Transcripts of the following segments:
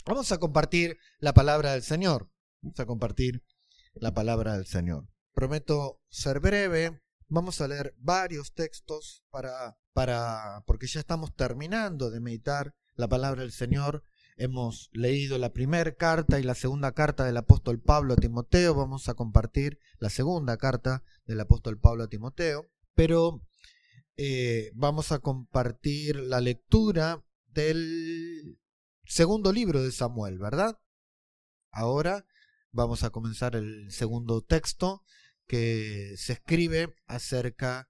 Vamos a compartir la palabra del Señor. Vamos a compartir la palabra del Señor. Prometo ser breve. Vamos a leer varios textos porque ya estamos terminando de meditar la palabra del Señor. Hemos leído la primera carta y la segunda carta del apóstol Pablo a Timoteo. Vamos a compartir la segunda carta del apóstol Pablo a Timoteo. Pero vamos a compartir la lectura del segundo libro de Samuel, ¿verdad? Ahora vamos a comenzar el segundo texto que se escribe acerca,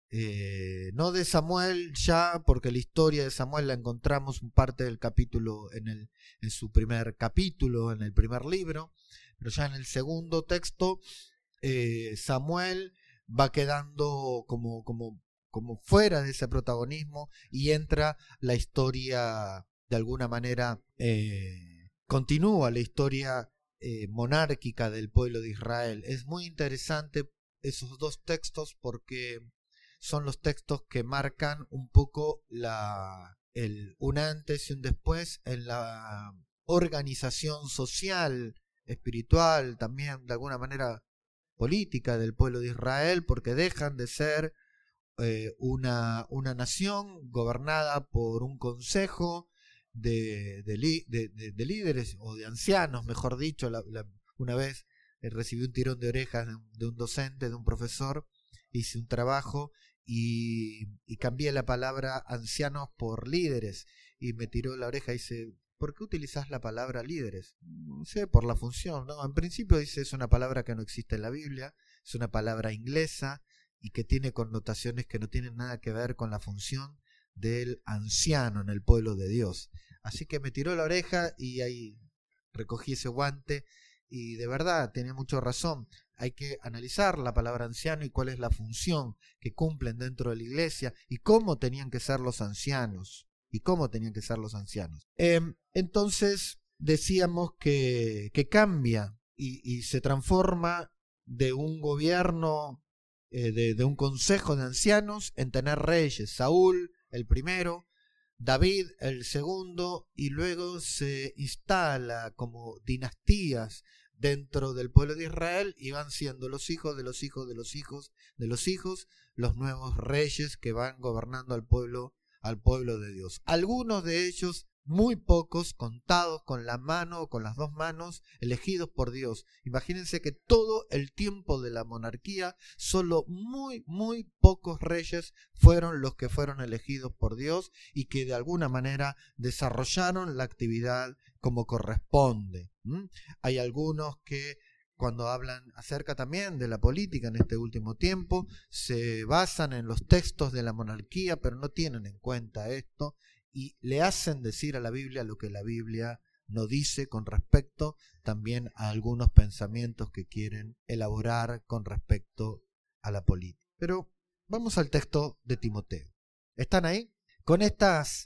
no de Samuel ya, porque la historia de Samuel la encontramos en parte del capítulo, en su primer capítulo, en el primer libro, pero ya en el segundo texto Samuel va quedando como fuera de ese protagonismo y entra la historia de alguna manera, continúa la historia monárquica del pueblo de Israel. Es muy interesante esos dos textos porque son los textos que marcan un poco un antes y un después en la organización social, espiritual, también de alguna manera política del pueblo de Israel, porque dejan de ser una nación gobernada por un consejo de líderes o de ancianos, mejor dicho. Una vez recibí un tirón de orejas de un docente, de un profesor, hice un trabajo y cambié la palabra ancianos por líderes y me tiró la oreja y dice: ¿por qué utilizás la palabra líderes? No sé, por la función, ¿no? En principio dice, es una palabra que no existe en la Biblia, es una palabra inglesa y que tiene connotaciones que no tienen nada que ver con la función del anciano en el pueblo de Dios. Así que me tiró la oreja y ahí recogí ese guante y de verdad tenía mucha razón. Hay que analizar la palabra anciano y cuál es la función que cumplen dentro de la iglesia y cómo tenían que ser los ancianos. Entonces decíamos que cambia y se transforma de un gobierno, de un consejo de ancianos, en tener reyes. Saúl el primero, David el segundo, y luego se instala como dinastías dentro del pueblo de Israel y van siendo los hijos de los hijos de los hijos de los hijos los nuevos reyes que van gobernando al pueblo de Dios. Algunos de ellos, muy pocos, contados con la mano o con las dos manos, elegidos por Dios. Imagínense que todo el tiempo de la monarquía, solo muy pocos reyes fueron los que fueron elegidos por Dios y que de alguna manera desarrollaron la actividad como corresponde. Hay algunos que, cuando hablan acerca también de la política en este último tiempo, se basan en los textos de la monarquía, pero no tienen en cuenta esto y le hacen decir a la Biblia lo que la Biblia no dice con respecto también a algunos pensamientos que quieren elaborar con respecto a la política. Pero vamos al texto de Timoteo. ¿Están ahí? Con estas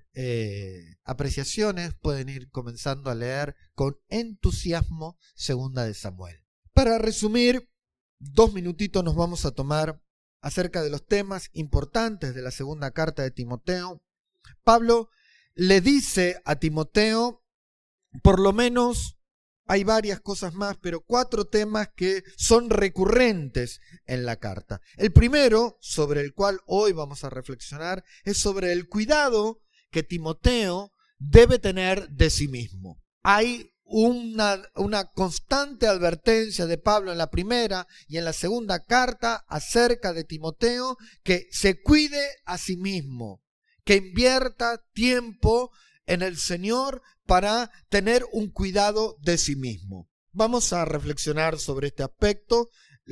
apreciaciones pueden ir comenzando a leer con entusiasmo segunda de Samuel. Para resumir, 2 minutitos nos vamos a tomar acerca de los temas importantes de la segunda carta de Timoteo. Pablo le dice a Timoteo, por lo menos hay varias cosas más, pero 4 temas que son recurrentes en la carta. El primero, sobre el cual hoy vamos a reflexionar, es sobre el cuidado que Timoteo debe tener de sí mismo. Hay una constante advertencia de Pablo en la primera y en la segunda carta acerca de Timoteo, que se cuide a sí mismo, que invierta tiempo en el Señor para tener un cuidado de sí mismo. Vamos a reflexionar sobre este aspecto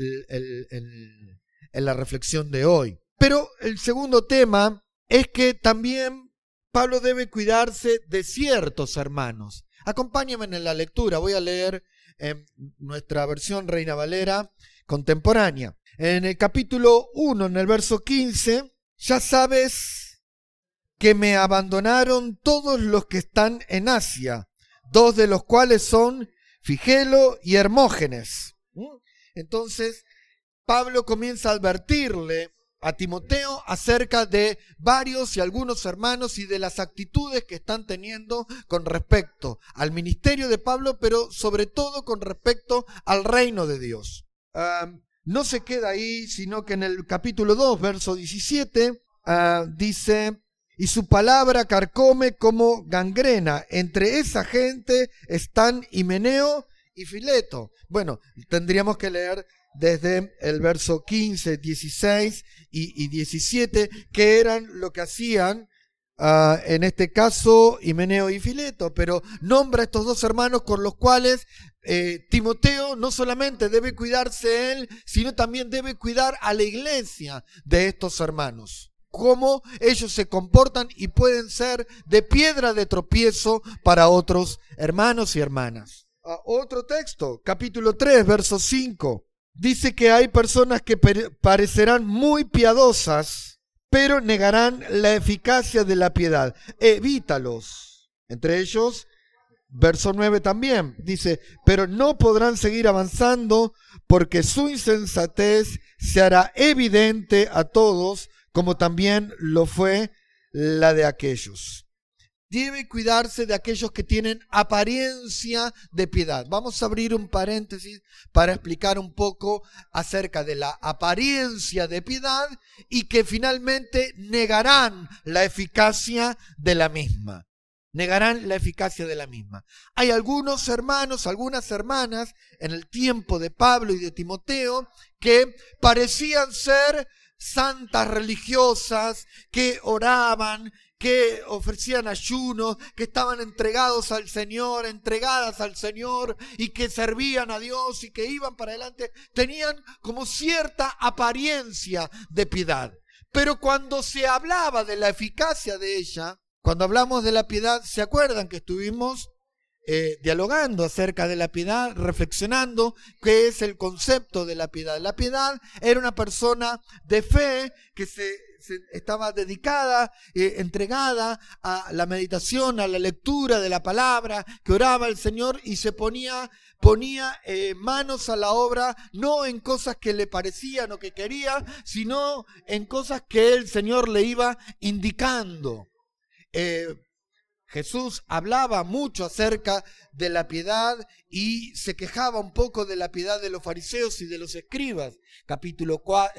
en la reflexión de hoy. Pero el segundo tema es que también Pablo debe cuidarse de ciertos hermanos. Acompáñenme en la lectura. Voy a leer en nuestra versión Reina Valera contemporánea. En el capítulo 1, en el verso 15, ya sabes que me abandonaron todos los que están en Asia, 2 de los cuales son Figelo y Hermógenes. Entonces, Pablo comienza a advertirle a Timoteo acerca de varios y algunos hermanos y de las actitudes que están teniendo con respecto al ministerio de Pablo, pero sobre todo con respecto al reino de Dios. No se queda ahí, sino que en el capítulo 2, verso 17, dice: y su palabra carcome como gangrena. Entre esa gente están Himeneo y Fileto. Bueno, tendríamos que leer desde el verso 15, 16 y 17, que eran lo que hacían, en este caso, Himeneo y Fileto, pero nombra a estos dos hermanos con los cuales Timoteo no solamente debe cuidarse él, sino también debe cuidar a la iglesia de estos hermanos. Cómo ellos se comportan y pueden ser de piedra de tropiezo para otros hermanos y hermanas. Otro texto, capítulo 3, verso 5. Dice que hay personas que parecerán muy piadosas, pero negarán la eficacia de la piedad. Evítalos. Entre ellos, verso 9 también, dice: pero no podrán seguir avanzando porque su insensatez se hará evidente a todos, como también lo fue la de aquellos. Debe cuidarse de aquellos que tienen apariencia de piedad. Vamos a abrir un paréntesis para explicar un poco acerca de la apariencia de piedad y que finalmente negarán la eficacia de la misma. Negarán la eficacia de la misma. Hay algunos hermanos, algunas hermanas en el tiempo de Pablo y de Timoteo que parecían ser santas religiosas, que oraban, que ofrecían ayunos, que estaban entregados al Señor, entregadas al Señor, y que servían a Dios y que iban para adelante. Tenían como cierta apariencia de piedad. Pero cuando se hablaba de la eficacia de ella, cuando hablamos de la piedad, ¿se acuerdan que estuvimos dialogando acerca de la piedad, reflexionando qué es el concepto de la piedad? La piedad era una persona de fe que se estaba dedicada, entregada a la meditación, a la lectura de la palabra, que oraba al Señor y se ponía manos a la obra, no en cosas que le parecían o que quería, sino en cosas que el Señor le iba indicando. Jesús hablaba mucho acerca de la piedad y se quejaba un poco de la piedad de los fariseos y de los escribas. Capítulo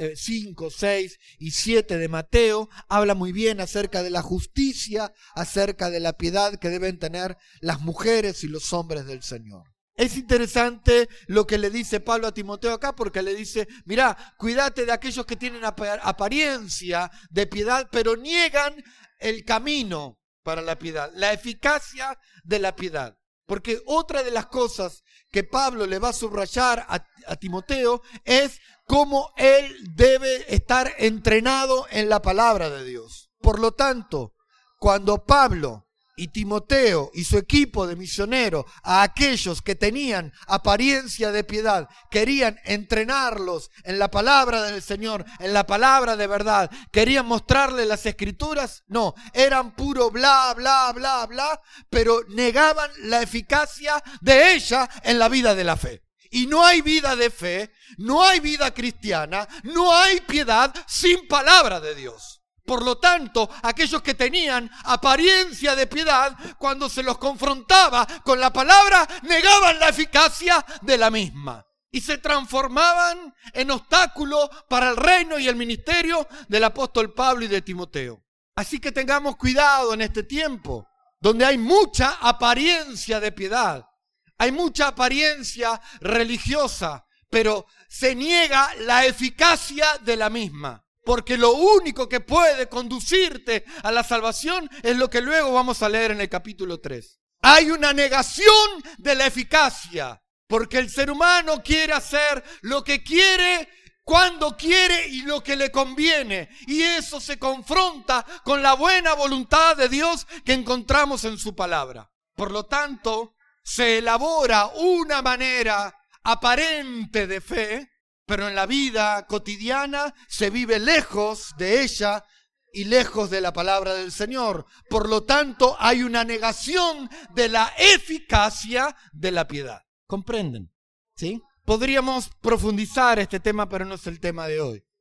5, 6 y 7 de Mateo habla muy bien acerca de la justicia, acerca de la piedad que deben tener las mujeres y los hombres del Señor. Es interesante lo que le dice Pablo a Timoteo acá, porque le dice: mira, cuídate de aquellos que tienen apariencia de piedad, pero niegan el camino para la piedad, la eficacia de la piedad. Porque otra de las cosas que Pablo le va a subrayar a Timoteo es cómo él debe estar entrenado en la palabra de Dios. Por lo tanto, cuando Pablo y Timoteo y su equipo de misioneros, a aquellos que tenían apariencia de piedad, querían entrenarlos en la palabra del Señor, en la palabra de verdad, querían mostrarles las escrituras, no, eran puro bla, bla, bla, bla, pero negaban la eficacia de ella en la vida de la fe. Y no hay vida de fe, no hay vida cristiana, no hay piedad sin palabra de Dios. Por lo tanto, aquellos que tenían apariencia de piedad, cuando se los confrontaba con la palabra, negaban la eficacia de la misma. Y se transformaban en obstáculo para el reino y el ministerio del apóstol Pablo y de Timoteo. Así que tengamos cuidado en este tiempo, donde hay mucha apariencia de piedad. Hay mucha apariencia religiosa, pero se niega la eficacia de la misma. Porque lo único que puede conducirte a la salvación es lo que luego vamos a leer en el capítulo 3. Hay una negación de la eficacia, porque el ser humano quiere hacer lo que quiere, cuando quiere y lo que le conviene. Y eso se confronta con la buena voluntad de Dios que encontramos en su palabra. Por lo tanto, se elabora una manera aparente de fe, pero en la vida cotidiana se vive lejos de ella y lejos de la palabra del Señor. Por lo tanto, hay una negación de la eficacia de la piedad. ¿Comprenden? ¿Sí? Podríamos profundizar este tema, pero no es el tema de hoy.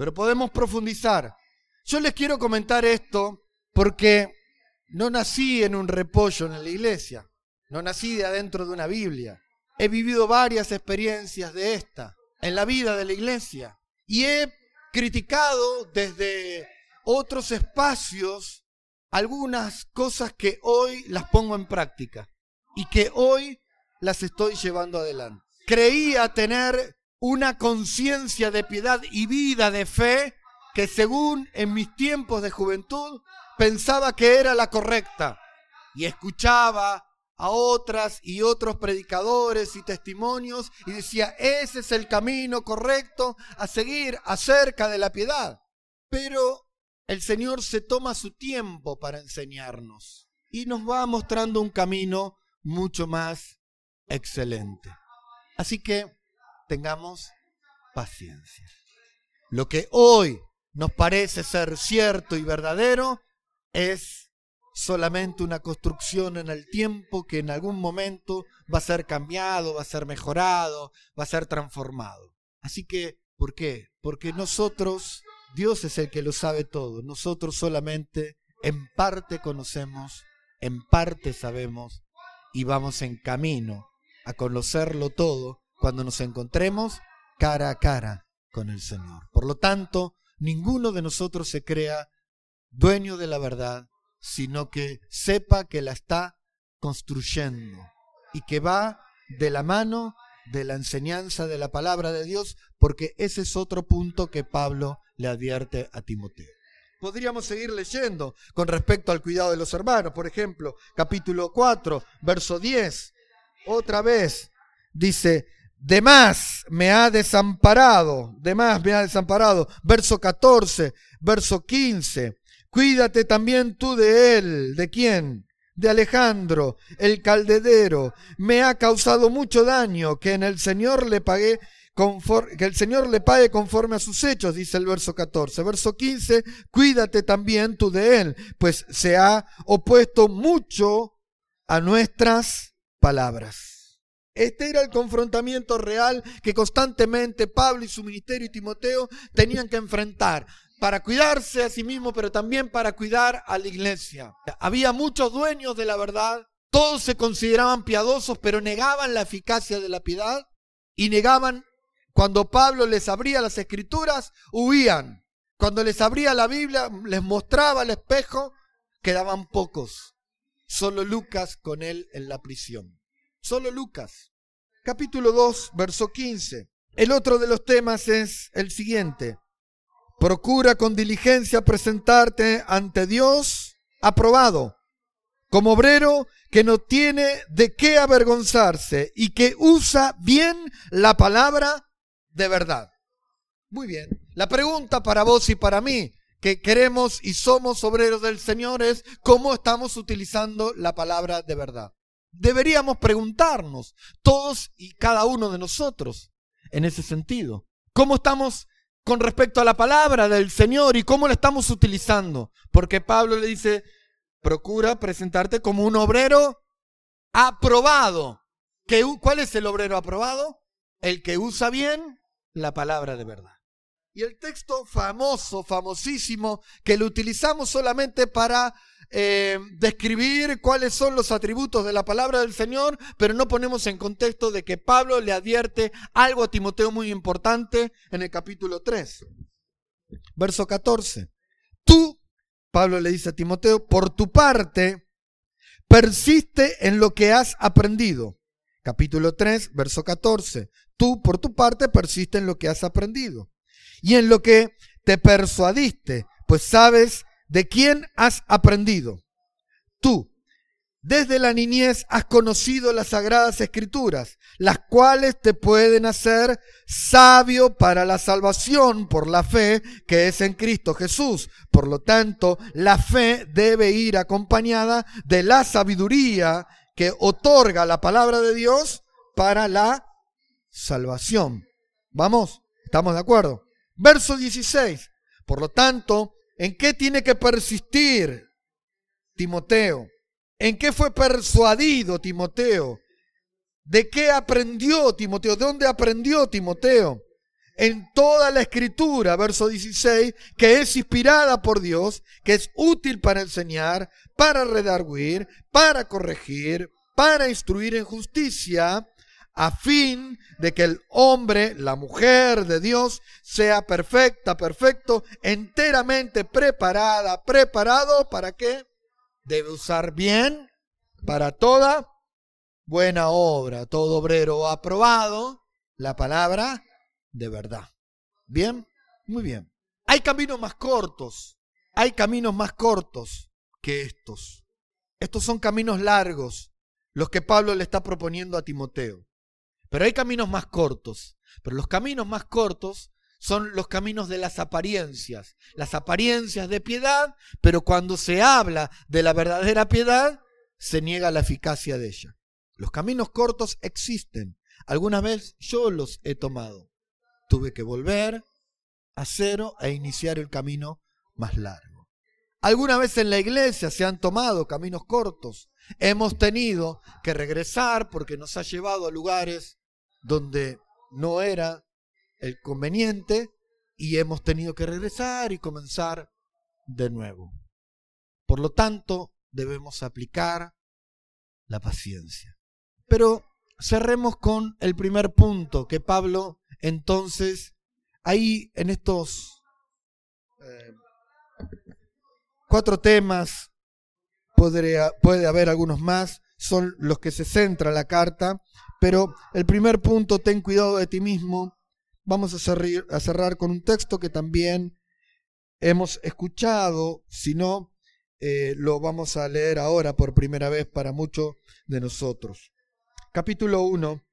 pero podemos profundizar. Yo les quiero comentar esto porque no nací en un repollo en la iglesia, no nací de adentro de una Biblia. He vivido varias experiencias de esta en la vida de la iglesia y he criticado desde otros espacios algunas cosas que hoy las pongo en práctica y que hoy las estoy llevando adelante. Creía tener una conciencia de piedad y vida de fe que según en mis tiempos de juventud pensaba que era la correcta y escuchaba a otras y otros predicadores y testimonios y decía, ese es el camino correcto a seguir acerca de la piedad. Pero el Señor se toma su tiempo para enseñarnos y nos va mostrando un camino mucho más excelente. Así que tengamos paciencia. Lo que hoy nos parece ser cierto y verdadero es solamente una construcción en el tiempo que en algún momento va a ser cambiado, va a ser mejorado, va a ser transformado. Así que, ¿por qué? Porque nosotros, Dios es el que lo sabe todo. Nosotros solamente en parte conocemos, en parte sabemos y vamos en camino a conocerlo todo cuando nos encontremos cara a cara con el Señor. Por lo tanto, ninguno de nosotros se crea dueño de la verdad, sino que sepa que la está construyendo y que va de la mano de la enseñanza de la palabra de Dios, porque ese es otro punto que Pablo le advierte a Timoteo. Podríamos seguir leyendo con respecto al cuidado de los hermanos. Por ejemplo, capítulo 4, verso 10. Otra vez dice, Demás me ha desamparado. Verso 14, verso 15. Cuídate también tú de él. ¿De quién? De Alejandro, el caldedero. Me ha causado mucho daño, que el Señor le pague conforme a sus hechos, dice el verso 14. Verso 15, cuídate también tú de él, pues se ha opuesto mucho a nuestras palabras. Este era el confrontamiento real que constantemente Pablo y su ministerio y Timoteo tenían que enfrentar para cuidarse a sí mismo, pero también para cuidar a la iglesia. Había muchos dueños de la verdad, todos se consideraban piadosos, pero negaban la eficacia de la piedad y negaban. Cuando Pablo les abría las escrituras, huían. Cuando les abría la Biblia, les mostraba el espejo, quedaban pocos. Solo Lucas con él en la prisión. Solo Lucas. Capítulo 2, verso 15. El otro de los temas es el siguiente. Procura con diligencia presentarte ante Dios aprobado, como obrero que no tiene de qué avergonzarse y que usa bien la palabra de verdad. Muy bien. La pregunta para vos y para mí, que queremos y somos obreros del Señor, es ¿cómo estamos utilizando la palabra de verdad? Deberíamos preguntarnos, todos y cada uno de nosotros, en ese sentido. ¿Cómo estamos con respecto a la palabra del Señor y cómo la estamos utilizando? Porque Pablo le dice, procura presentarte como un obrero aprobado. ¿Cuál es el obrero aprobado? El que usa bien la palabra de verdad. Y el texto famosísimo, que lo utilizamos solamente para describir cuáles son los atributos de la palabra del Señor, pero no ponemos en contexto de que Pablo le advierte algo a Timoteo muy importante en el capítulo 3. Verso 14. Tú, Pablo le dice a Timoteo, por tu parte, persiste en lo que has aprendido. Capítulo 3, verso 14. Tú, por tu parte, persiste en lo que has aprendido y en lo que te persuadiste, pues sabes de quién has aprendido. Tú, desde la niñez, has conocido las sagradas escrituras, las cuales te pueden hacer sabio para la salvación por la fe que es en Cristo Jesús. Por lo tanto, la fe debe ir acompañada de la sabiduría que otorga la palabra de Dios para la salvación. ¿Vamos? ¿Estamos de acuerdo? Verso 16. Por lo tanto, ¿en qué tiene que persistir Timoteo? ¿En qué fue persuadido Timoteo? ¿De qué aprendió Timoteo? ¿De dónde aprendió Timoteo? en toda la Escritura, verso 16, que es inspirada por Dios, que es útil para enseñar, para redarguir, para corregir, para instruir en justicia, a fin de que el hombre, la mujer de Dios, sea perfecta, perfecto, enteramente preparado, ¿para qué? Debe usar bien para toda buena obra, todo obrero aprobado, la palabra de verdad. ¿Bien? Muy bien. Hay caminos más cortos que estos. Estos son caminos largos, los que Pablo le está proponiendo a Timoteo. Pero hay caminos más cortos. Pero los caminos más cortos son los caminos de las apariencias de piedad, pero cuando se habla de la verdadera piedad, se niega la eficacia de ella. Los caminos cortos existen. Alguna vez yo los he tomado. Tuve que volver a cero e iniciar el camino más largo. Alguna vez en la iglesia se han tomado caminos cortos. Hemos tenido que regresar porque nos ha llevado a lugares donde no era el conveniente y hemos tenido que regresar y comenzar de nuevo. Por lo tanto, debemos aplicar la paciencia. Pero cerremos con el primer punto que Pablo, entonces, ahí en estos 4 temas, puede haber algunos más, son los que se centra la carta, pero el primer punto, ten cuidado de ti mismo. Vamos a cerrar con un texto que también hemos escuchado, si no, lo vamos a leer ahora por primera vez para muchos de nosotros. Capítulo 1,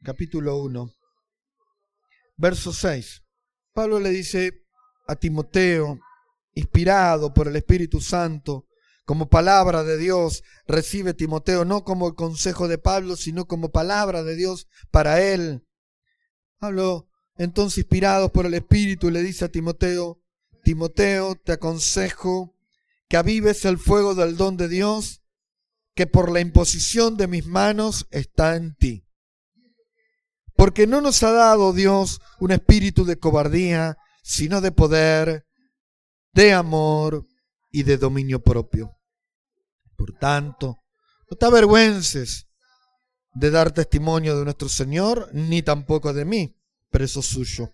verso 6. Pablo le dice a Timoteo, inspirado por el Espíritu Santo, como palabra de Dios, recibe Timoteo, no como el consejo de Pablo, sino como palabra de Dios para él. Pablo, entonces, inspirado por el Espíritu, le dice a Timoteo, Timoteo, te aconsejo que avives el fuego del don de Dios, que por la imposición de mis manos está en ti. Porque no nos ha dado Dios un espíritu de cobardía, sino de poder, de amor y de dominio propio. Por tanto, no te avergüences de dar testimonio de nuestro Señor, ni tampoco de mí, preso suyo.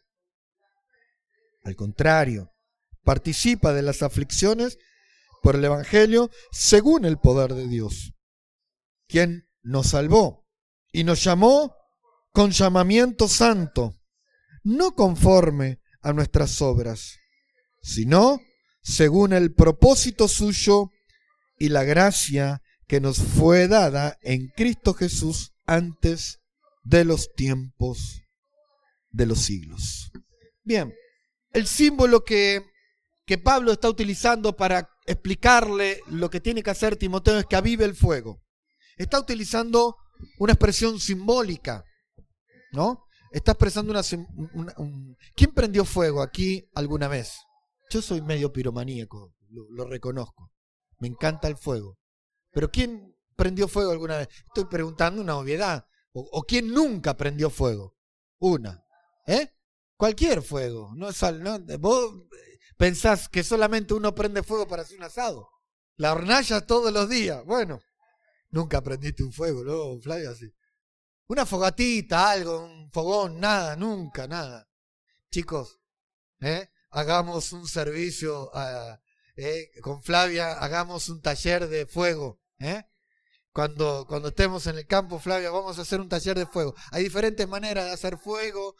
Al contrario, participa de las aflicciones por el Evangelio según el poder de Dios, quien nos salvó y nos llamó con llamamiento santo, no conforme a nuestras obras, sino según el propósito suyo y la gracia que nos fue dada en Cristo Jesús antes de los tiempos de los siglos. Bien, el símbolo que Pablo está utilizando para explicarle lo que tiene que hacer Timoteo es que avive el fuego. Está utilizando una expresión simbólica, ¿no? Está expresando ¿Quién prendió fuego aquí alguna vez? Yo soy medio piromaníaco, lo reconozco. Me encanta el fuego. Pero ¿quién prendió fuego alguna vez? Estoy preguntando una obviedad. ¿O quién nunca prendió fuego? Una. Cualquier fuego. ¿No? Vos pensás que solamente uno prende fuego para hacer un asado. La hornalla todos los días. Bueno, nunca prendiste un fuego, ¿no, Flavia? Sí. Una fogatita, algo, un fogón, nada, nunca, nada. Chicos, hagamos un servicio con Flavia, hagamos un taller de fuego. Cuando estemos en el campo, Flavia, vamos a hacer un taller de fuego. Hay diferentes maneras de hacer fuego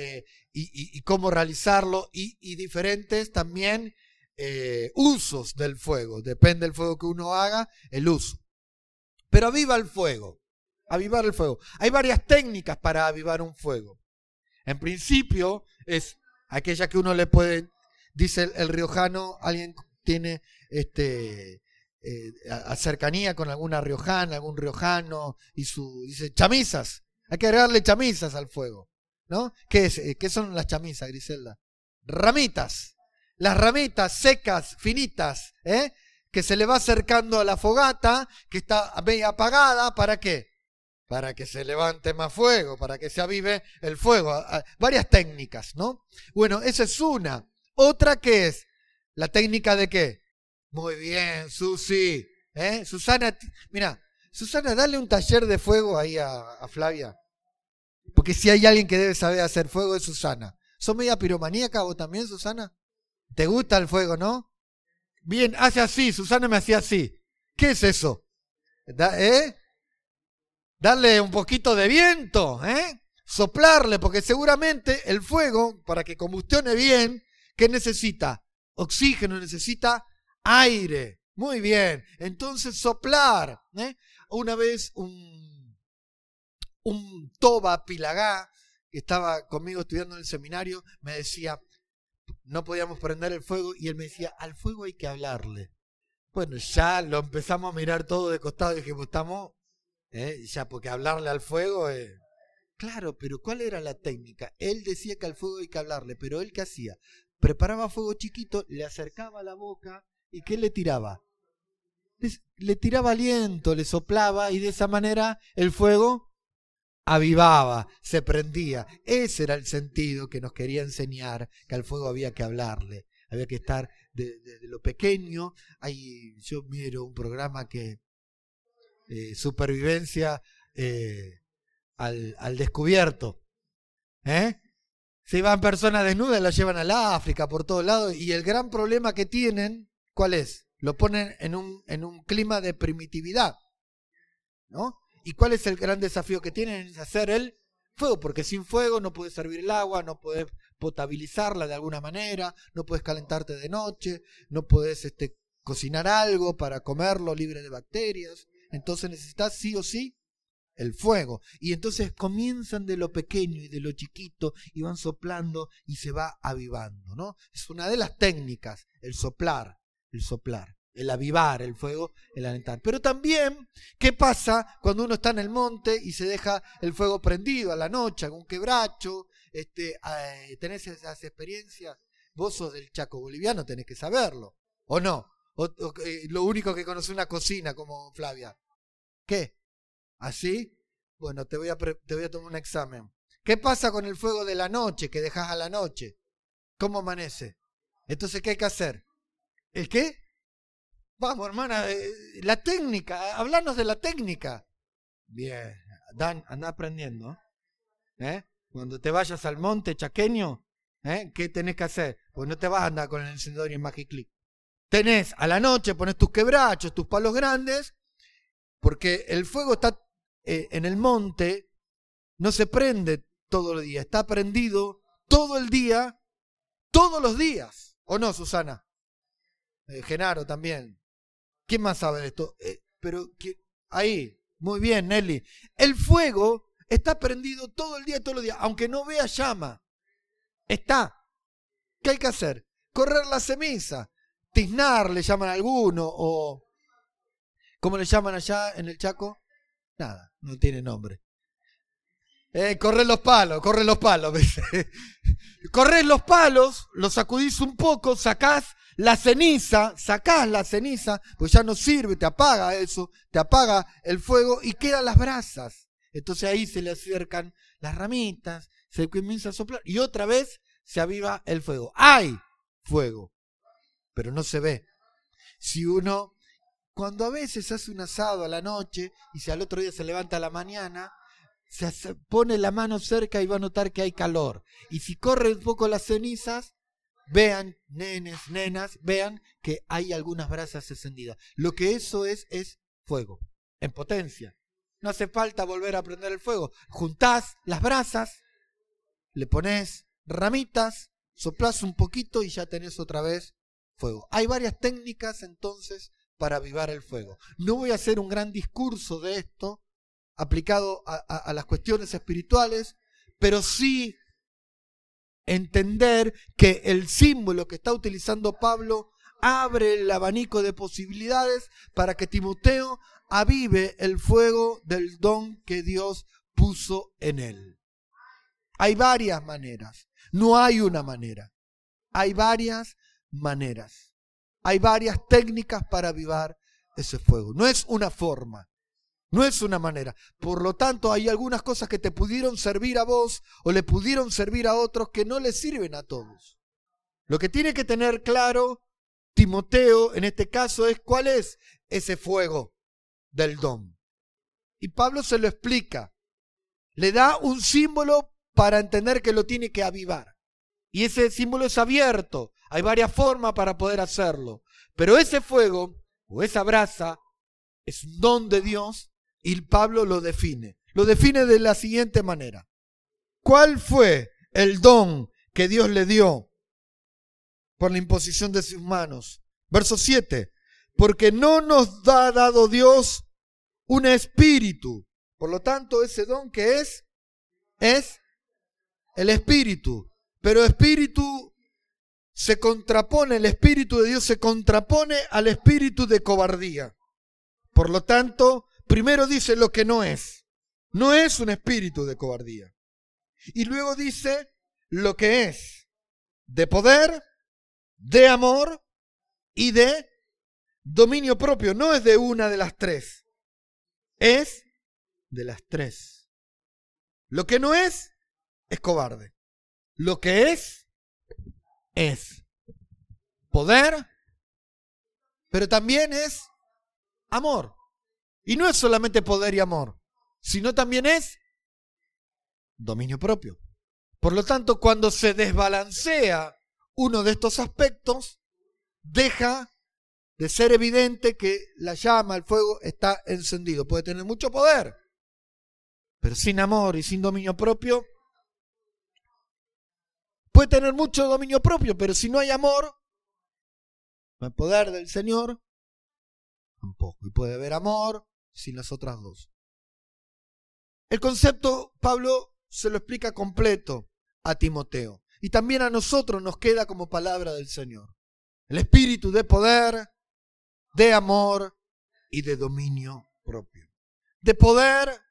y cómo realizarlo y diferentes también usos del fuego. Depende del fuego que uno haga, el uso. Pero aviva el fuego. Avivar el fuego. Hay varias técnicas para avivar un fuego. En principio es aquella que uno le puede, dice el riojano, alguien tiene cercanía con alguna riojana, algún riojano, y dice chamisas, hay que agregarle chamisas al fuego, ¿no? ¿Qué son las chamisas, Griselda? Ramitas, las ramitas secas, finitas, que se le va acercando a la fogata, que está media apagada, ¿para qué? para que se levante más fuego, para que se avive el fuego. Varias técnicas, ¿no? Bueno, esa es una. Otra que es, ¿la técnica de qué? Muy bien, Susi. Susana, mira, Susana, dale un taller de fuego ahí a Flavia. Porque si hay alguien que debe saber hacer fuego es Susana. ¿Sos media piromaníaca vos también, Susana? ¿Te gusta el fuego, no? Bien, hace así, Susana me hacía así. ¿Qué es eso? Darle un poquito de viento, soplarle, porque seguramente el fuego, para que combustione bien, ¿qué necesita? Oxígeno, necesita aire. Muy bien, entonces soplar. Una vez un Toba Pilagá, que estaba conmigo estudiando en el seminario, me decía, no podíamos prender el fuego, y él me decía, al fuego hay que hablarle. Bueno, ya lo empezamos a mirar todo de costado y dijimos, estamos, ya, porque hablarle al fuego Claro, pero ¿cuál era la técnica? Él decía que al fuego hay que hablarle, pero él ¿qué hacía? Preparaba fuego chiquito, le acercaba a la boca, ¿y qué le tiraba? Le tiraba aliento, le soplaba, y de esa manera el fuego avivaba, se prendía. Ese era el sentido que nos quería enseñar, que al fuego había que hablarle, había que estar desde lo pequeño. Yo miro un programa que supervivencia al descubierto, se van personas desnudas, las llevan al África por todos lados, y el gran problema que tienen, ¿cuál es? Lo ponen en un clima de primitividad, ¿no? ¿Y cuál es el gran desafío que tienen? Es hacer el fuego, porque sin fuego no puedes servir el agua, no puedes potabilizarla de alguna manera, no puedes calentarte de noche, no puedes cocinar algo para comerlo libre de bacterias. Entonces necesitas sí o sí el fuego. Y entonces comienzan de lo pequeño y de lo chiquito y van soplando y se va avivando, ¿no? Es una de las técnicas, el soplar, el avivar el fuego, el alentar. Pero también, ¿qué pasa cuando uno está en el monte y se deja el fuego prendido a la noche, algún quebracho? ¿Tenés esas experiencias? Vos sos del Chaco boliviano, tenés que saberlo, ¿o no? Lo único que conoce una cocina como Flavia. ¿Qué? ¿Así? Bueno, te voy a tomar un examen. ¿Qué pasa con el fuego de la noche que dejas a la noche? ¿Cómo amanece? Entonces, ¿qué hay que hacer? ¿El qué? Vamos, hermana, la técnica, hablarnos de la técnica. Bien, Dan, anda aprendiendo. Cuando te vayas al monte chaqueño, ¿qué tenés que hacer? Pues no te vas a andar con el encendedor y el Magiclick. Tenés a la noche, pones tus quebrachos, tus palos grandes, porque el fuego está en el monte, no se prende todo el día, está prendido todo el día, todos los días. ¿O no, Susana? Genaro también. ¿Quién más sabe de esto? Ahí, muy bien, Nelly. El fuego está prendido todo el día, todos los días, aunque no vea llama. Está. ¿Qué hay que hacer? Correr la ceniza, tiznar, le llaman a alguno, o ¿cómo le llaman allá en el Chaco? Nada, no tiene nombre. Correr los palos. Corres los palos, los sacudís un poco, sacás la ceniza, pues ya no sirve, te apaga eso, te apaga el fuego y quedan las brasas. Entonces ahí se le acercan las ramitas, se comienza a soplar y otra vez se aviva el fuego. Hay fuego, pero no se ve. Cuando a veces hace un asado a la noche y si al otro día se levanta a la mañana, se pone la mano cerca y va a notar que hay calor. Y si corre un poco las cenizas, vean, nenes, nenas, vean que hay algunas brasas encendidas. Lo que eso es fuego, en potencia. No hace falta volver a prender el fuego. Juntás las brasas, le pones ramitas, soplás un poquito y ya tenés otra vez fuego. Hay varias técnicas entonces para avivar el fuego. No voy a hacer un gran discurso de esto aplicado a las cuestiones espirituales, pero sí entender que el símbolo que está utilizando Pablo abre el abanico de posibilidades para que Timoteo avive el fuego del don que Dios puso en él. Hay varias maneras, no hay una manera, hay varias maneras, hay varias técnicas para avivar ese fuego, no es una forma. No es una manera. Por lo tanto, hay algunas cosas que te pudieron servir a vos o le pudieron servir a otros que no les sirven a todos. Lo que tiene que tener claro Timoteo en este caso es cuál es ese fuego del don. Y Pablo se lo explica. Le da un símbolo para entender que lo tiene que avivar. Y ese símbolo es abierto. Hay varias formas para poder hacerlo. Pero ese fuego o esa brasa es un don de Dios y Pablo lo define. Lo define de la siguiente manera. ¿Cuál fue el don que Dios le dio por la imposición de sus manos? Verso 7. Porque no nos ha dado Dios un espíritu. Por lo tanto, ese don que es el espíritu. Pero espíritu se contrapone, el espíritu de Dios se contrapone al espíritu de cobardía. Por lo tanto, primero dice lo que no es. No es un espíritu de cobardía. Y luego dice lo que es de poder, de amor y de dominio propio. No es de una de las tres. Es de las tres. Lo que no es cobarde. Lo que es poder, pero también es amor. Y no es solamente poder y amor, sino también es dominio propio. Por lo tanto, cuando se desbalancea uno de estos aspectos, deja de ser evidente que la llama, el fuego, está encendido. Puede tener mucho poder, pero sin amor y sin dominio propio. Puede tener mucho dominio propio, pero si no hay amor, no hay poder del Señor, tampoco. Y puede haber amor sin las otras dos. El concepto Pablo se lo explica completo a Timoteo. Y también a nosotros nos queda como palabra del Señor. El espíritu de poder, de amor y de dominio propio. De poder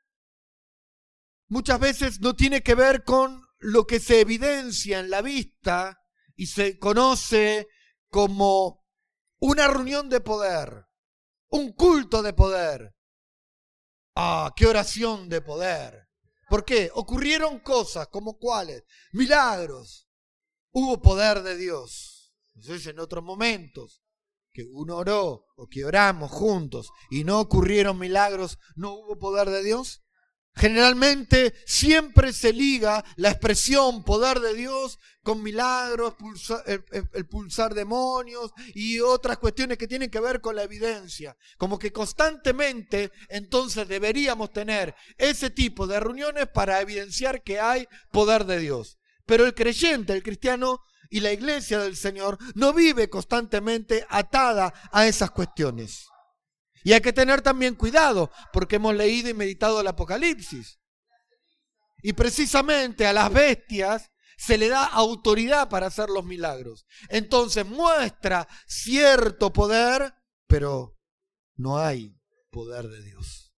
muchas veces no tiene que ver con lo que se evidencia en la vista y se conoce como una reunión de poder, un culto de poder. ¡Ah, qué oración de poder! ¿Por qué? Ocurrieron cosas como cuáles, milagros. Hubo poder de Dios. Entonces, en otros momentos que uno oró o que oramos juntos y no ocurrieron milagros, ¿no hubo poder de Dios? Generalmente siempre se liga la expresión poder de Dios con milagros, el pulsar demonios y otras cuestiones que tienen que ver con la evidencia. Como que constantemente entonces deberíamos tener ese tipo de reuniones para evidenciar que hay poder de Dios. Pero el creyente, el cristiano y la iglesia del Señor no vive constantemente atada a esas cuestiones. Y hay que tener también cuidado, porque hemos leído y meditado el Apocalipsis. Y precisamente a las bestias se le da autoridad para hacer los milagros. Entonces muestra cierto poder, pero no hay poder de Dios.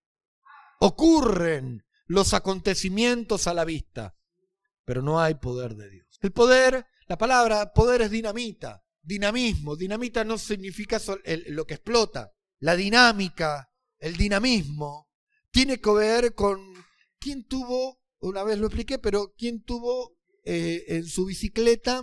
Ocurren los acontecimientos a la vista, pero no hay poder de Dios. El poder, la palabra poder es dinamita, dinamismo. Dinamita no significa lo que explota. La dinámica, el dinamismo, tiene que ver con quién tuvo, una vez lo expliqué, pero quién tuvo en su bicicleta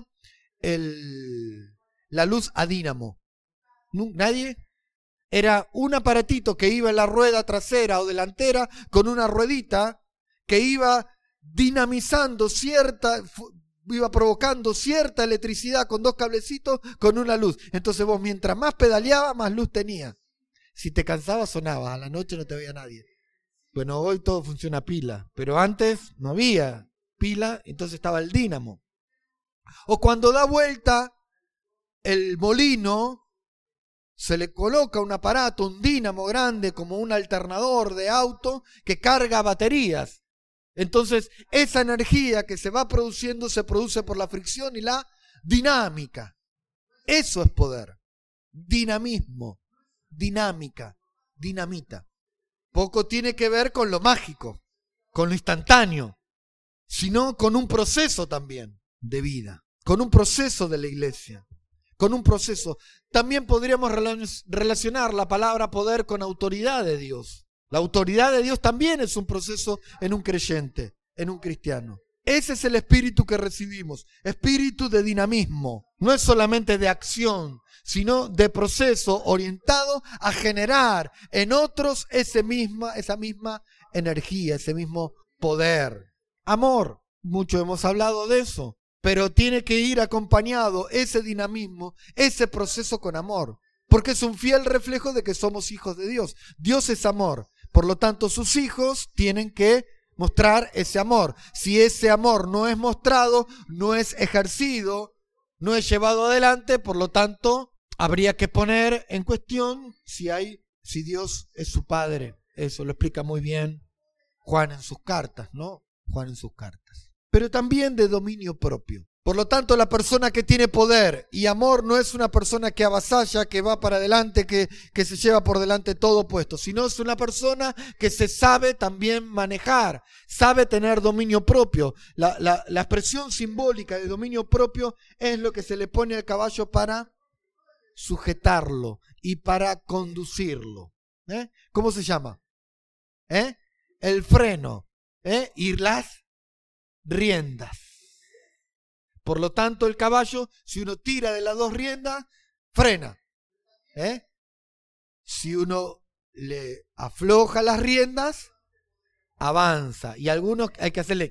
la luz a dínamo. ¿Nadie? Era un aparatito que iba en la rueda trasera o delantera con una ruedita que iba dinamizando iba provocando cierta electricidad con dos cablecitos con una luz. Entonces vos mientras más pedaleaba, más luz tenía. Si te cansabas sonaba, a la noche no te veía nadie. Bueno, hoy todo funciona a pila, pero antes no había pila, entonces estaba el dínamo. O cuando da vuelta el molino, se le coloca un aparato, un dínamo grande como un alternador de auto que carga baterías. Entonces esa energía que se va produciendo se produce por la fricción y la dinámica. Eso es poder, dinamismo. Dinámica, dinamita. Poco tiene que ver con lo mágico, con lo instantáneo, sino con un proceso también de vida, con un proceso de la iglesia, con un proceso. También podríamos relacionar la palabra poder con autoridad de Dios. La autoridad de Dios también es un proceso en un creyente, en un cristiano. Ese es el espíritu que recibimos, espíritu de dinamismo. No es solamente de acción, sino de proceso orientado a generar en otros esa misma energía, ese mismo poder. Amor, mucho hemos hablado de eso, pero tiene que ir acompañado ese dinamismo, ese proceso con amor, porque es un fiel reflejo de que somos hijos de Dios. Dios es amor, por lo tanto sus hijos tienen que mostrar ese amor. Si ese amor no es mostrado, no es ejercido, no es llevado adelante, por lo tanto, habría que poner en cuestión si Dios es su Padre. Eso lo explica muy bien Juan en sus cartas, ¿no? Juan en sus cartas. Pero también de dominio propio. Por lo tanto, la persona que tiene poder y amor no es una persona que avasalla, que va para adelante, que se lleva por delante todo puesto, sino es una persona que se sabe también manejar, sabe tener dominio propio. La expresión simbólica de dominio propio es lo que se le pone al caballo para sujetarlo y para conducirlo. ¿Cómo se llama? El freno y las riendas. Por lo tanto, el caballo, si uno tira de las dos riendas, frena. Si uno le afloja las riendas, avanza. Y algunos hay que hacerle...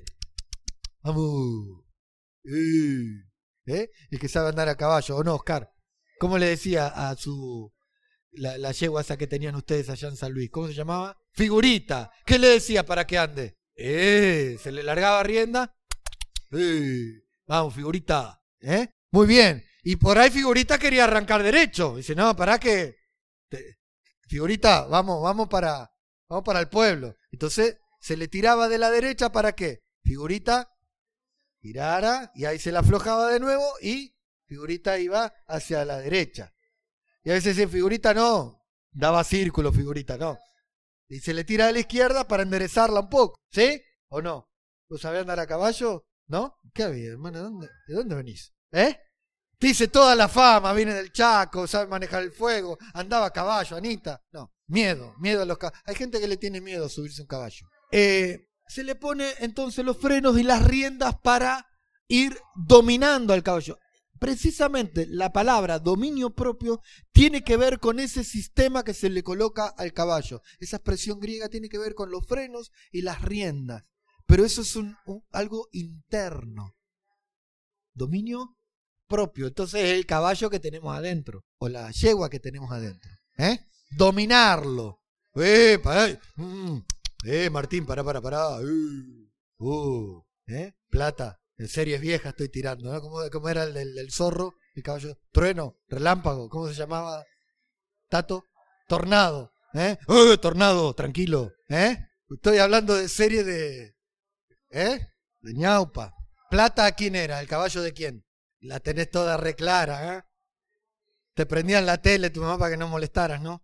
El que sabe andar a caballo, ¿o no, Oscar? ¿Cómo le decía a la yegua esa que tenían ustedes allá en San Luis? ¿Cómo se llamaba? Figurita. ¿Qué le decía para que ande? Se le largaba rienda. Vamos, Figurita. Muy bien. Y por ahí Figurita quería arrancar derecho. Dice, no, ¿para qué? Figurita, vamos para el pueblo. Entonces se le tiraba de la derecha, ¿para qué? Figurita tirara y ahí se la aflojaba de nuevo y Figurita iba hacia la derecha. Y a veces Figurita no, daba círculo Figurita, no. Y se le tira a la izquierda para enderezarla un poco. ¿Sí? ¿O no? ¿Vos sabés andar a caballo? ¿No? ¿Qué había, hermano? ¿De dónde venís? Dice toda la fama, viene del Chaco, sabe manejar el fuego, andaba a caballo, Anita. No, miedo a los caballos. Hay gente que le tiene miedo a subirse a un caballo. Se le pone entonces los frenos y las riendas para ir dominando al caballo. Precisamente la palabra dominio propio tiene que ver con ese sistema que se le coloca al caballo. Esa expresión griega tiene que ver con los frenos y las riendas. Pero eso es algo interno. Dominio propio. Entonces es el caballo que tenemos adentro. O la yegua que tenemos adentro. Dominarlo. Martín, pará. Plata. En series viejas estoy tirando, ¿no? ¿Cómo era el zorro? El caballo. Trueno. Relámpago. ¿Cómo se llamaba? Tato. Tornado. Tornado. Tranquilo. Estoy hablando de serie de ñaupa. Plata, ¿quién era? ¿El caballo de quién? La tenés toda reclara, Te prendían la tele tu mamá para que no molestaras, ¿no?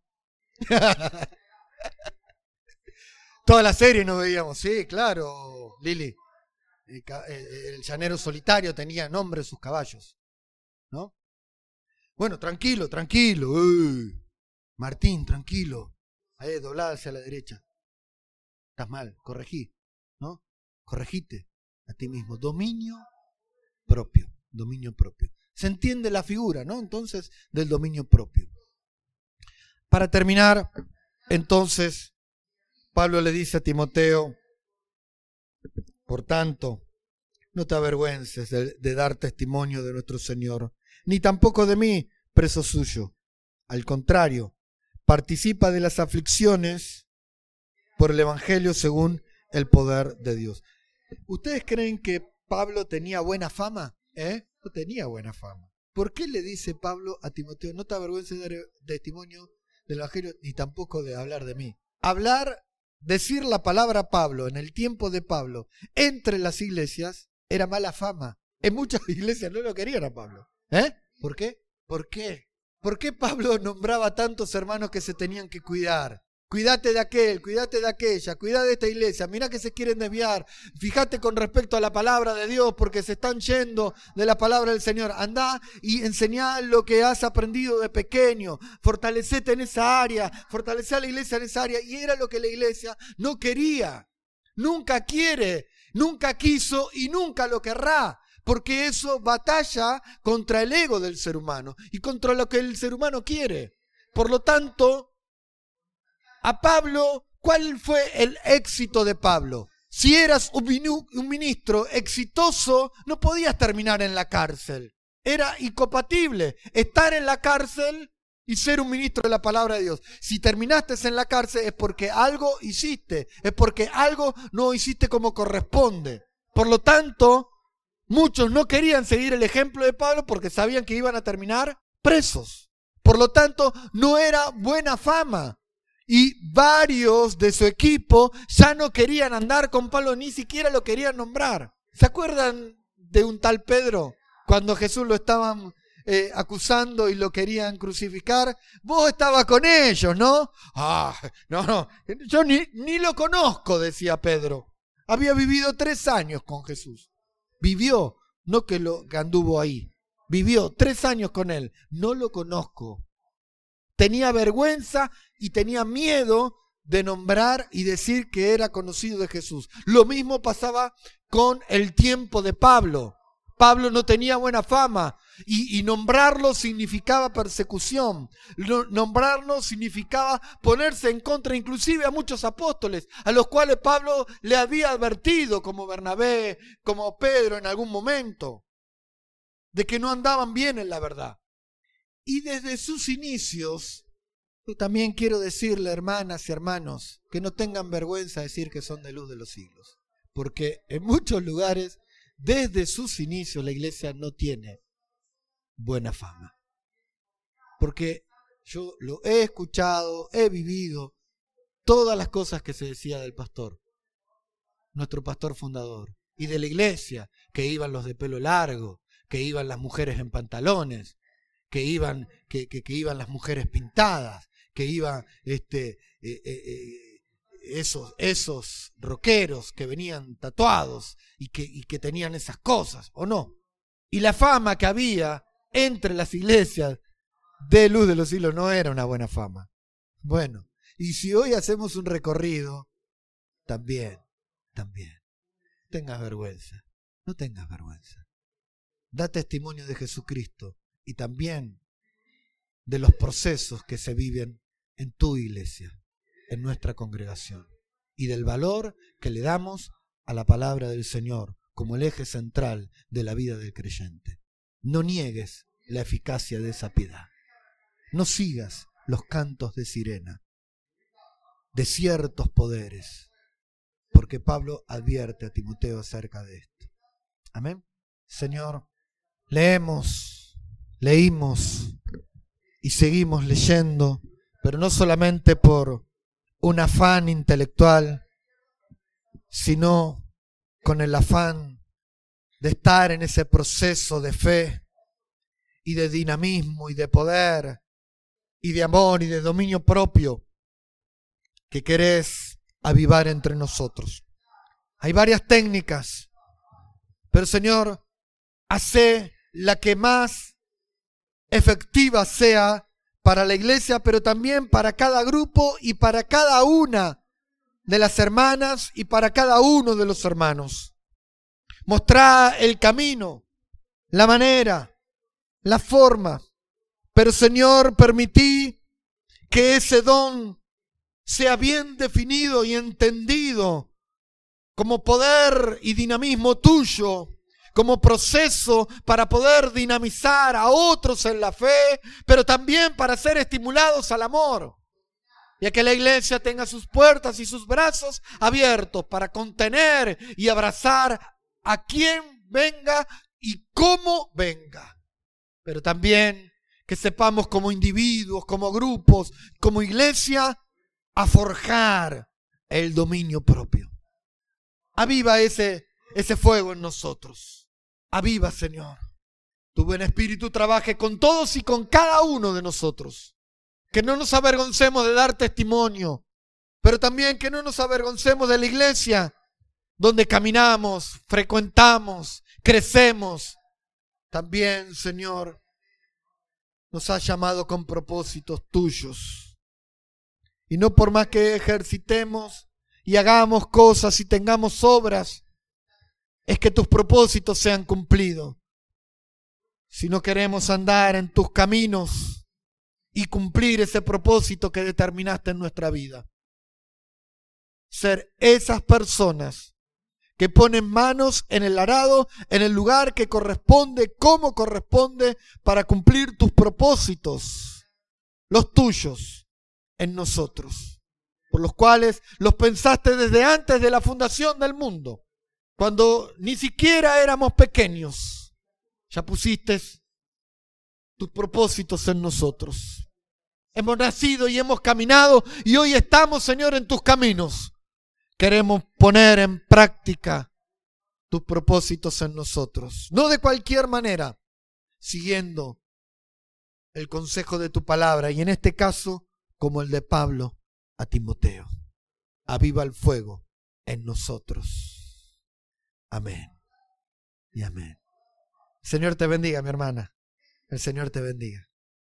Toda la serie nos veíamos, sí, claro, Lili. El llanero solitario tenía nombre sus caballos, ¿no? Bueno, tranquilo. Martín, tranquilo. Ahí, doblada hacia la derecha. Estás mal, corregí, ¿no? Corregite a ti mismo. Dominio propio. Se entiende la figura, ¿no? Entonces, del dominio propio. Para terminar, entonces, Pablo le dice a Timoteo, por tanto, no te avergüences de dar testimonio de nuestro Señor, ni tampoco de mí, preso suyo. Al contrario, participa de las aflicciones por el Evangelio según el poder de Dios. ¿Ustedes creen que Pablo tenía buena fama? No tenía buena fama. ¿Por qué le dice Pablo a Timoteo, no te avergüences de dar testimonio del Evangelio, ni tampoco de hablar de mí? Decir la palabra Pablo en el tiempo de Pablo entre las iglesias era mala fama. En muchas iglesias no lo querían a Pablo. ¿Por qué? ¿Por qué Pablo nombraba a tantos hermanos que se tenían que cuidar? Cuídate de aquel, cuídate de aquella, cuídate de esta iglesia. Mira que se quieren desviar. Fíjate con respecto a la palabra de Dios porque se están yendo de la palabra del Señor. Andá y enseñá lo que has aprendido de pequeño. Fortalecete en esa área, fortalecé a la iglesia en esa área. Y era lo que la iglesia no quería. Nunca quiere, nunca quiso y nunca lo querrá. Porque eso batalla contra el ego del ser humano y contra lo que el ser humano quiere. Por lo tanto, a Pablo, ¿cuál fue el éxito de Pablo? Si eras un ministro exitoso, no podías terminar en la cárcel. Era incompatible estar en la cárcel y ser un ministro de la palabra de Dios. Si terminaste en la cárcel es porque algo hiciste, es porque algo no hiciste como corresponde. Por lo tanto, muchos no querían seguir el ejemplo de Pablo porque sabían que iban a terminar presos. Por lo tanto, no era buena fama. Y varios de su equipo ya no querían andar con Pablo, ni siquiera lo querían nombrar. ¿Se acuerdan de un tal Pedro? Cuando Jesús lo estaban acusando y lo querían crucificar. Vos estabas con ellos, ¿no? No, yo ni lo conozco, decía Pedro. Había vivido 3 años con Jesús. Vivió, no que anduvo ahí. Vivió 3 años con él. No lo conozco. Tenía vergüenza y tenía miedo de nombrar y decir que era conocido de Jesús. Lo mismo pasaba con el tiempo de Pablo. Pablo no tenía buena fama y nombrarlo significaba persecución. Nombrarlo significaba ponerse en contra inclusive a muchos apóstoles, a los cuales Pablo le había advertido, como Bernabé, como Pedro en algún momento, de que no andaban bien en la verdad. Y desde sus inicios, yo también quiero decirle, hermanas y hermanos, que no tengan vergüenza de decir que son de luz de los siglos. Porque en muchos lugares, desde sus inicios, la iglesia no tiene buena fama. Porque yo lo he escuchado, he vivido todas las cosas que se decía del pastor, nuestro pastor fundador, y de la iglesia, que iban los de pelo largo, que iban las mujeres en pantalones, que iban las mujeres pintadas, que iban esos rockeros que venían tatuados y que tenían esas cosas, ¿o no? Y la fama que había entre las iglesias de luz de los siglos no era una buena fama. Bueno, y si hoy hacemos un recorrido, también, tengas vergüenza, no tengas vergüenza. Da testimonio de Jesucristo y también de los procesos que se viven en tu iglesia, en nuestra congregación, y del valor que le damos a la palabra del Señor como el eje central de la vida del creyente. No niegues la eficacia de esa piedad. No sigas los cantos de sirena, de ciertos poderes, porque Pablo advierte a Timoteo acerca de esto. Amén. Señor, leímos y seguimos leyendo, pero no solamente por un afán intelectual, sino con el afán de estar en ese proceso de fe y de dinamismo y de poder y de amor y de dominio propio que querés avivar entre nosotros. Hay varias técnicas, pero Señor, hace la que más efectiva sea para la iglesia, pero también para cada grupo y para cada una de las hermanas y para cada uno de los hermanos. Mostrá el camino, la manera, la forma, pero Señor, permití que ese don sea bien definido y entendido como poder y dinamismo tuyo, como proceso para poder dinamizar a otros en la fe, pero también para ser estimulados al amor. Y a que la iglesia tenga sus puertas y sus brazos abiertos para contener y abrazar a quien venga y cómo venga. Pero también que sepamos como individuos, como grupos, como iglesia, a forjar el dominio propio. Aviva ese fuego en nosotros. Aviva, Señor. Tu buen espíritu trabaje con todos y con cada uno de nosotros. Que no nos avergoncemos de dar testimonio Pero también que no nos avergoncemos de la iglesia donde caminamos, frecuentamos, crecemos. También, Señor, nos has llamado con propósitos tuyos. Y no por más que ejercitemos y hagamos cosas y tengamos obras, es que tus propósitos sean cumplidos. Si no queremos andar en tus caminos y cumplir ese propósito que determinaste en nuestra vida. Ser esas personas que ponen manos en el arado, en el lugar que corresponde, como corresponde, para cumplir tus propósitos, los tuyos, en nosotros, por los cuales los pensaste desde antes de la fundación del mundo, cuando ni siquiera éramos pequeños. Ya pusiste tus propósitos en nosotros. Hemos nacido y hemos caminado y hoy estamos, Señor, en tus caminos. Queremos poner en práctica tus propósitos en nosotros. No de cualquier manera, siguiendo el consejo de tu palabra y en este caso, como el de Pablo a Timoteo. Aviva el fuego en nosotros. Amén y amén. El Señor te bendiga, mi hermana. El Señor te bendiga.